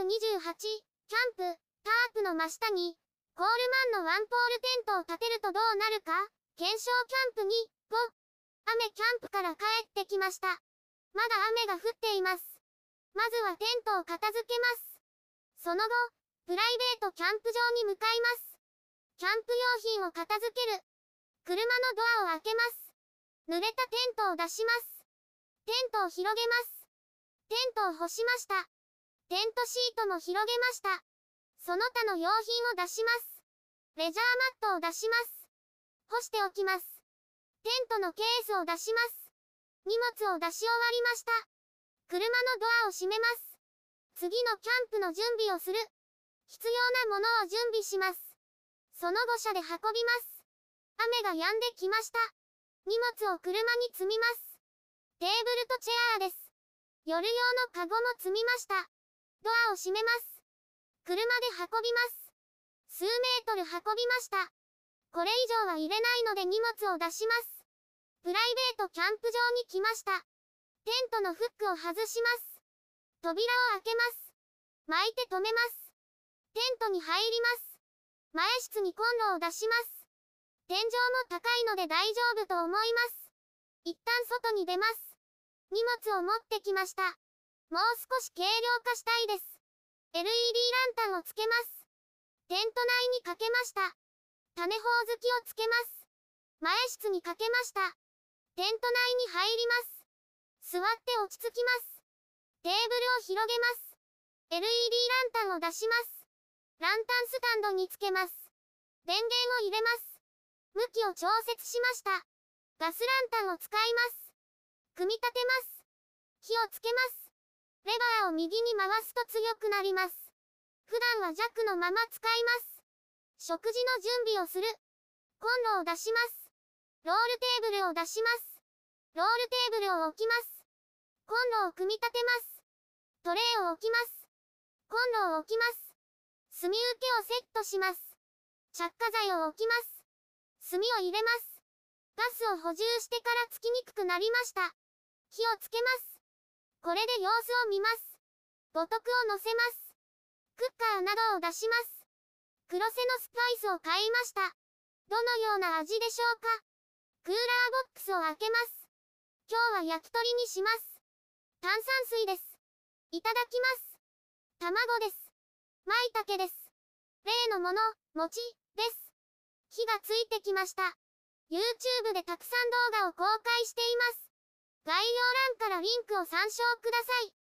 28、キャンプ、タープの真下に、コールマンのワンポールテントを立てるとどうなるか、検証キャンプに、5、雨キャンプから帰ってきました。まだ雨が降っています。まずはテントを片付けます。その後、プライベートキャンプ場に向かいます。キャンプ用品を片付ける。車のドアを開けます。濡れたテントを出します。テントを広げます。テントを干しました。テントシートも広げました。その他の用品を出します。レジャーマットを出します。干しておきます。テントのケースを出します。荷物を出し終わりました。車のドアを閉めます。次のキャンプの準備をする。必要なものを準備します。その5車で運びます。雨が止んできました。荷物を車に積みます。テーブルとチェアです。夜用のカゴも積みました。ドアを閉めます。車で運びます。数メートル運びました。これ以上は入れないので荷物を出します。プライベートキャンプ場に来ました。テントのフックを外します。扉を開けます。巻いて止めます。テントに入ります。前室にコンロを出します。天井も高いので大丈夫と思います。一旦外に出ます。荷物を持ってきました。もう少し軽量化したいです。LED ランタンをつけます。テント内にかけました。種ほおずきをつけます。前室にかけました。テント内に入ります。座って落ち着きます。テーブルを広げます。LED ランタンを出します。ランタンスタンドにつけます。電源を入れます。向きを調節しました。ガスランタンを使います。組み立てます。火をつけます。レバーを右に回すと強くなります。普段は弱のまま使います。食事の準備をする。コンロを出します。ロールテーブルを出します。ロールテーブルを置きます。コンロを組み立てます。トレイを置きます。コンロを置きます。炭受けをセットします。着火剤を置きます。炭を入れます。ガスを補充してからつきにくくなりました。火をつけます。これで様子を見ます。五徳を乗せます。クッカーなどを出します。黒瀬のスパイスを買いました。どのような味でしょうか。クーラーボックスを開けます。今日は焼き鳥にします。炭酸水です。いただきます。卵です。舞茸です。例のもの、餅、です。火がついてきました。YouTube でたくさん動画を公開しています。概要欄からリンクを参照ください。